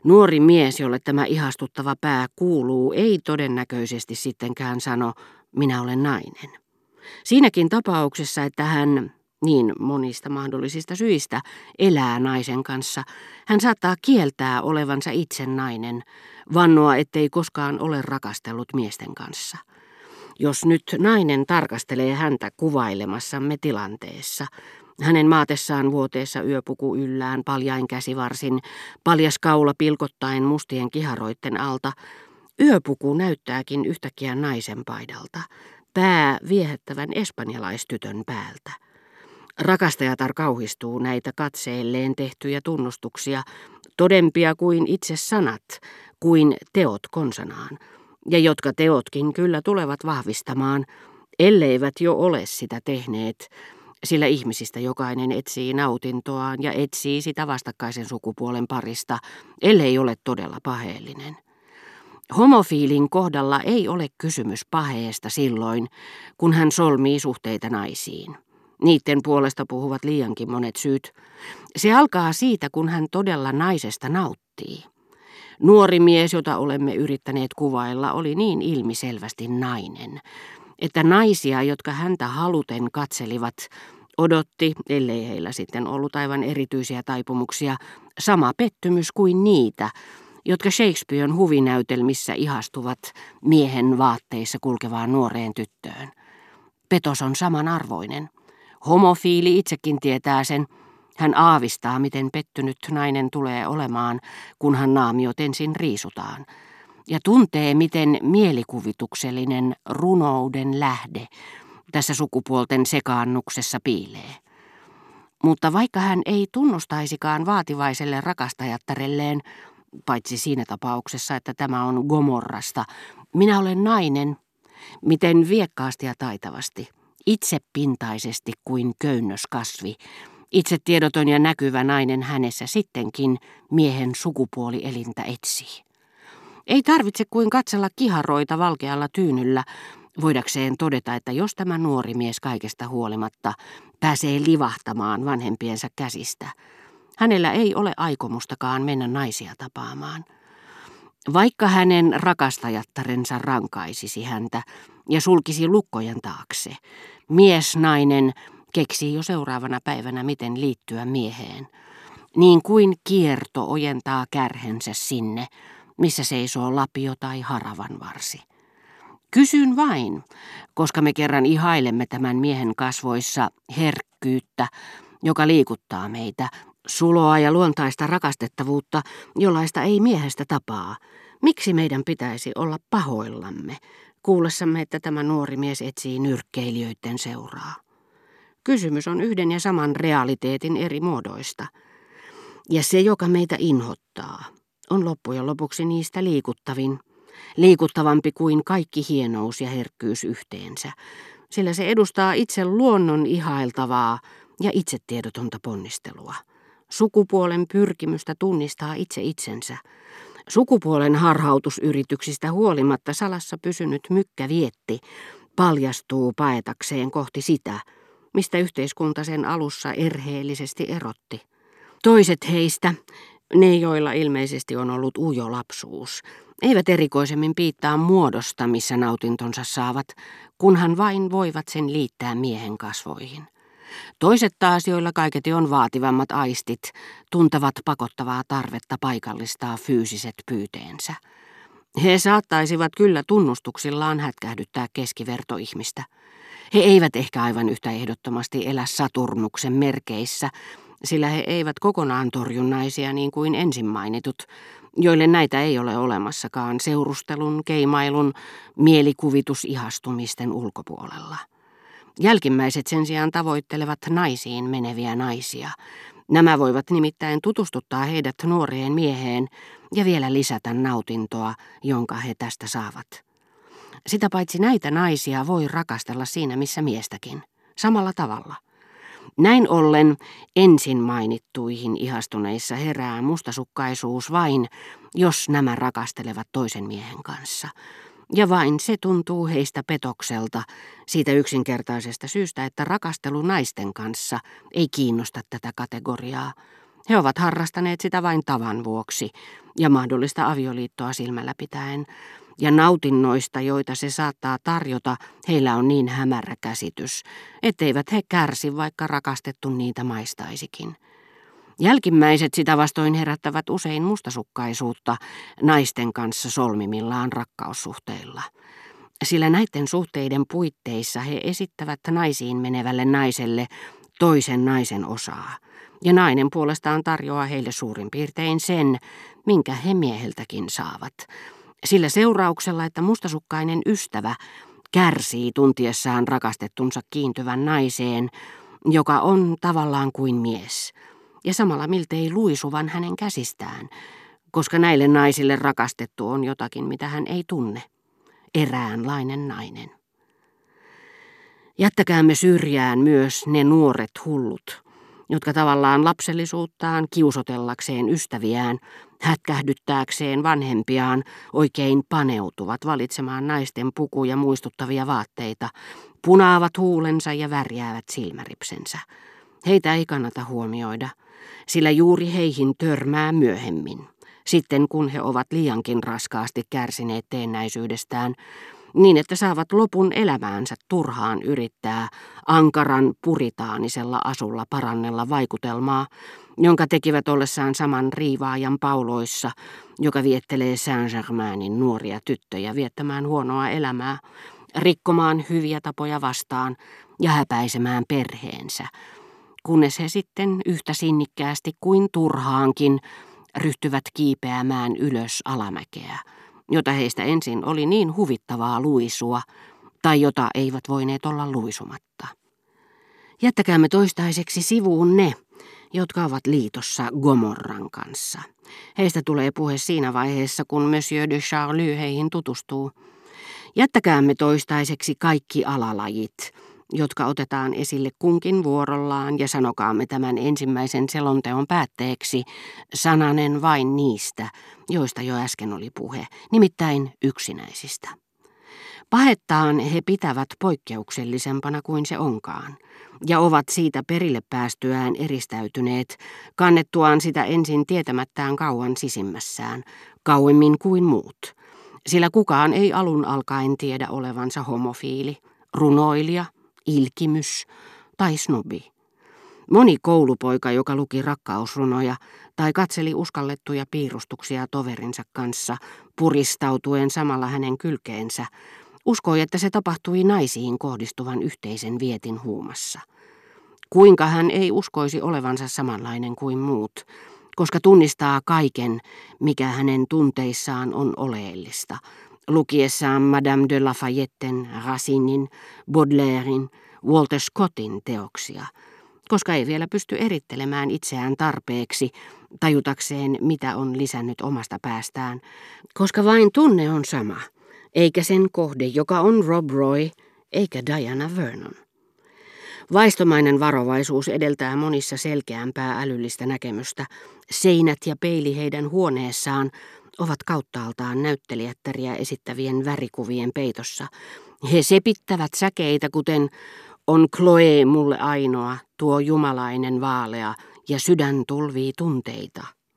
Nuori mies, jolle tämä ihastuttava pää kuuluu, ei todennäköisesti sittenkään sano, minä olen nainen. Siinäkin tapauksessa, että hän, niin monista mahdollisista syistä, elää naisen kanssa, hän saattaa kieltää olevansa itse nainen, vannoa, ettei koskaan ole rakastellut miesten kanssa. Jos nyt nainen tarkastelee häntä kuvailemassamme tilanteessa, hänen maatessaan vuoteessa yöpuku yllään, paljain käsivarsin, paljas kaula pilkottaen mustien kiharoitten alta, yöpuku näyttääkin yhtäkkiä naisen paidalta, pää viehättävän espanjalaistytön päältä. Rakastajatar kauhistuu näitä katseelleen tehtyjä tunnustuksia, todempia kuin itse sanat, kuin teot konsanaan, ja jotka teotkin kyllä tulevat vahvistamaan, elleivät jo ole sitä tehneet, sillä ihmisistä jokainen etsii nautintoaan ja etsii sitä vastakkaisen sukupuolen parista, ellei ole todella paheellinen. Homofiilin kohdalla ei ole kysymys paheesta silloin, kun hän solmii suhteita naisiin. Niiden puolesta puhuvat liiankin monet syyt. Se alkaa siitä, kun hän todella naisesta nauttii. Nuori mies, jota olemme yrittäneet kuvailla, oli niin ilmiselvästi nainen, että naisia, jotka häntä haluten katselivat, odotti, ellei heillä sitten ollut aivan erityisiä taipumuksia, sama pettymys kuin niitä, jotka Shakespearen huvinäytelmissä ihastuvat miehen vaatteissa kulkevaan nuoreen tyttöön. Petos on samanarvoinen. Homofiili itsekin tietää sen. Hän aavistaa, miten pettynyt nainen tulee olemaan, kunhan naamiot ensin riisutaan, ja tuntee, miten mielikuvituksellinen runouden lähde tässä sukupuolten sekaannuksessa piilee. Mutta vaikka hän ei tunnustaisikaan vaativaiselle rakastajattarelleen, paitsi siinä tapauksessa, että tämä on Gomorrasta, minä olen nainen, miten viekkaasti ja taitavasti, itsepintaisesti kuin köynnöskasvi, itse tiedoton ja näkyvä nainen hänessä sittenkin miehen sukupuolielintä etsii. Ei tarvitse kuin katsella kiharoita valkealla tyynyllä, voidakseen todeta, että jos tämä nuori mies kaikesta huolimatta pääsee livahtamaan vanhempiensa käsistä, hänellä ei ole aikomustakaan mennä naisia tapaamaan. Vaikka hänen rakastajattarensa rankaisisi häntä ja sulkisi lukkojen taakse, nainen keksii jo seuraavana päivänä, miten liittyä mieheen. Niin kuin kierto ojentaa kärhensä sinne, missä seisoo lapio tai haravanvarsi. Kysyn vain, koska me kerran ihailemme tämän miehen kasvoissa herkkyyttä, joka liikuttaa meitä, suloa ja luontaista rakastettavuutta, jollaista ei miehestä tapaa. Miksi meidän pitäisi olla pahoillamme, kuullessamme, että tämä nuori mies etsii nyrkkeilijöiden seuraa? Kysymys on yhden ja saman realiteetin eri muodoista. Ja se, joka meitä inhottaa, on loppujen lopuksi niistä liikuttavampi kuin kaikki hienous ja herkkyys yhteensä, sillä se edustaa itse luonnon ihailtavaa ja itsetiedotonta ponnistelua. Sukupuolen pyrkimystä tunnistaa itse itsensä. Sukupuolen harhautusyrityksistä huolimatta salassa pysynyt mykkävietti paljastuu paetakseen kohti sitä, mistä yhteiskunta sen alussa erheellisesti erotti. Toiset heistä, ne joilla ilmeisesti on ollut ujo lapsuus, eivät erikoisemmin piittaa muodosta, missä nautintonsa saavat, kunhan vain voivat sen liittää miehen kasvoihin. Toiset taas, joilla kaiketi on vaativammat aistit, tuntevat pakottavaa tarvetta paikallistaa fyysiset pyyteensä. He saattaisivat kyllä tunnustuksillaan hätkähdyttää keskivertoihmistä. He eivät ehkä aivan yhtä ehdottomasti elä Saturnuksen merkeissä, sillä he eivät kokonaan torju naisia niin kuin ensin mainitut, joille näitä ei ole olemassakaan seurustelun, keimailun, mielikuvitusihastumisten ulkopuolella. Jälkimmäiset sen sijaan tavoittelevat naisiin meneviä naisia. Nämä voivat nimittäin tutustuttaa heidät nuoreen mieheen ja vielä lisätä nautintoa, jonka he tästä saavat. Sitä paitsi näitä naisia voi rakastella siinä missä miestäkin, samalla tavalla. Näin ollen ensin mainittuihin ihastuneissa herää mustasukkaisuus vain, jos nämä rakastelevat toisen miehen kanssa. Ja vain se tuntuu heistä petokselta siitä yksinkertaisesta syystä, että rakastelu naisten kanssa ei kiinnosta tätä kategoriaa, He ovat harrastaneet sitä vain tavan vuoksi ja mahdollista avioliittoa silmällä pitäen, ja nautinnoista, joita se saattaa tarjota, heillä on niin hämärä käsitys, etteivät he kärsi, vaikka rakastettu niitä maistaisikin. Jälkimmäiset sitä vastoin herättävät usein mustasukkaisuutta naisten kanssa solmimillaan rakkaussuhteilla. Sillä näiden suhteiden puitteissa he esittävät naisiin menevälle naiselle toisen naisen osaa, ja nainen puolestaan tarjoaa heille suurin piirtein sen, minkä he mieheltäkin saavat, sillä seurauksella, että mustasukkainen ystävä kärsii tuntiessaan rakastettunsa kiintyvän naiseen, joka on tavallaan kuin mies, ja samalla miltei luisuvan hänen käsistään, koska näille naisille rakastettu on jotakin, mitä hän ei tunne, eräänlainen nainen. Jättäkäämme syrjään myös ne nuoret hullut, jotka tavallaan lapsellisuuttaan kiusotellakseen ystäviään, hätkähdyttääkseen vanhempiaan, oikein paneutuvat valitsemaan naisten pukuja muistuttavia vaatteita, punaavat huulensa ja värjäävät silmäripsensä. Heitä ei kannata huomioida, sillä juuri heihin törmää myöhemmin, sitten kun he ovat liiankin raskaasti kärsineet teennäisyydestään, niin että saavat lopun elämäänsä turhaan yrittää ankaran puritaanisella asulla parannella vaikutelmaa, jonka tekivät ollessaan saman riivaajan pauloissa, joka viettelee Saint-Germainin nuoria tyttöjä viettämään huonoa elämää, rikkomaan hyviä tapoja vastaan ja häpäisemään perheensä, kunnes he sitten yhtä sinnikkäästi kuin turhaankin ryhtyvät kiipeämään ylös alamäkeä, jota heistä ensin oli niin huvittavaa luisua, tai jota eivät voineet olla luisumatta. Jättäkäämme toistaiseksi sivuun ne, jotka ovat liitossa Gomorran kanssa. Heistä tulee puhe siinä vaiheessa, kun Monsieur de Charlie heihin tutustuu. Jättäkäämme toistaiseksi kaikki alalajit, jotka otetaan esille kunkin vuorollaan, ja sanokaamme tämän ensimmäisen selonteon päätteeksi sananen vain niistä, joista jo äsken oli puhe, nimittäin yksinäisistä. Pahettaan he pitävät poikkeuksellisempana kuin se onkaan, ja ovat siitä perille päästyään eristäytyneet, kannettuaan sitä ensin tietämättään kauan sisimmässään, kauemmin kuin muut, sillä kukaan ei alun alkaen tiedä olevansa homofiili, runoilija, ilkimys tai snobi. Moni koulupoika, joka luki rakkausrunoja tai katseli uskallettuja piirustuksia toverinsa kanssa, puristautuen samalla hänen kylkeensä, uskoi, että se tapahtui naisiin kohdistuvan yhteisen vietin huumassa. Kuinka hän ei uskoisi olevansa samanlainen kuin muut, koska tunnistaa kaiken, mikä hänen tunteissaan on oleellista, lukiessaan Madame de Lafayetten, Racinin, Baudelairen, Walter Scottin teoksia, koska ei vielä pysty erittelemään itseään tarpeeksi, tajutakseen mitä on lisännyt omasta päästään, koska vain tunne on sama, eikä sen kohde, joka on Rob Roy, eikä Diana Vernon. Vaistomainen varovaisuus edeltää monissa selkeämpää älyllistä näkemystä. Seinät ja peili heidän huoneessaan ovat kauttaaltaan näyttelijättäriä esittävien värikuvien peitossa. He sepittävät säkeitä, kuten on Chloe mulle ainoa, tuo jumalainen vaalea, ja sydän tulvii tunteita.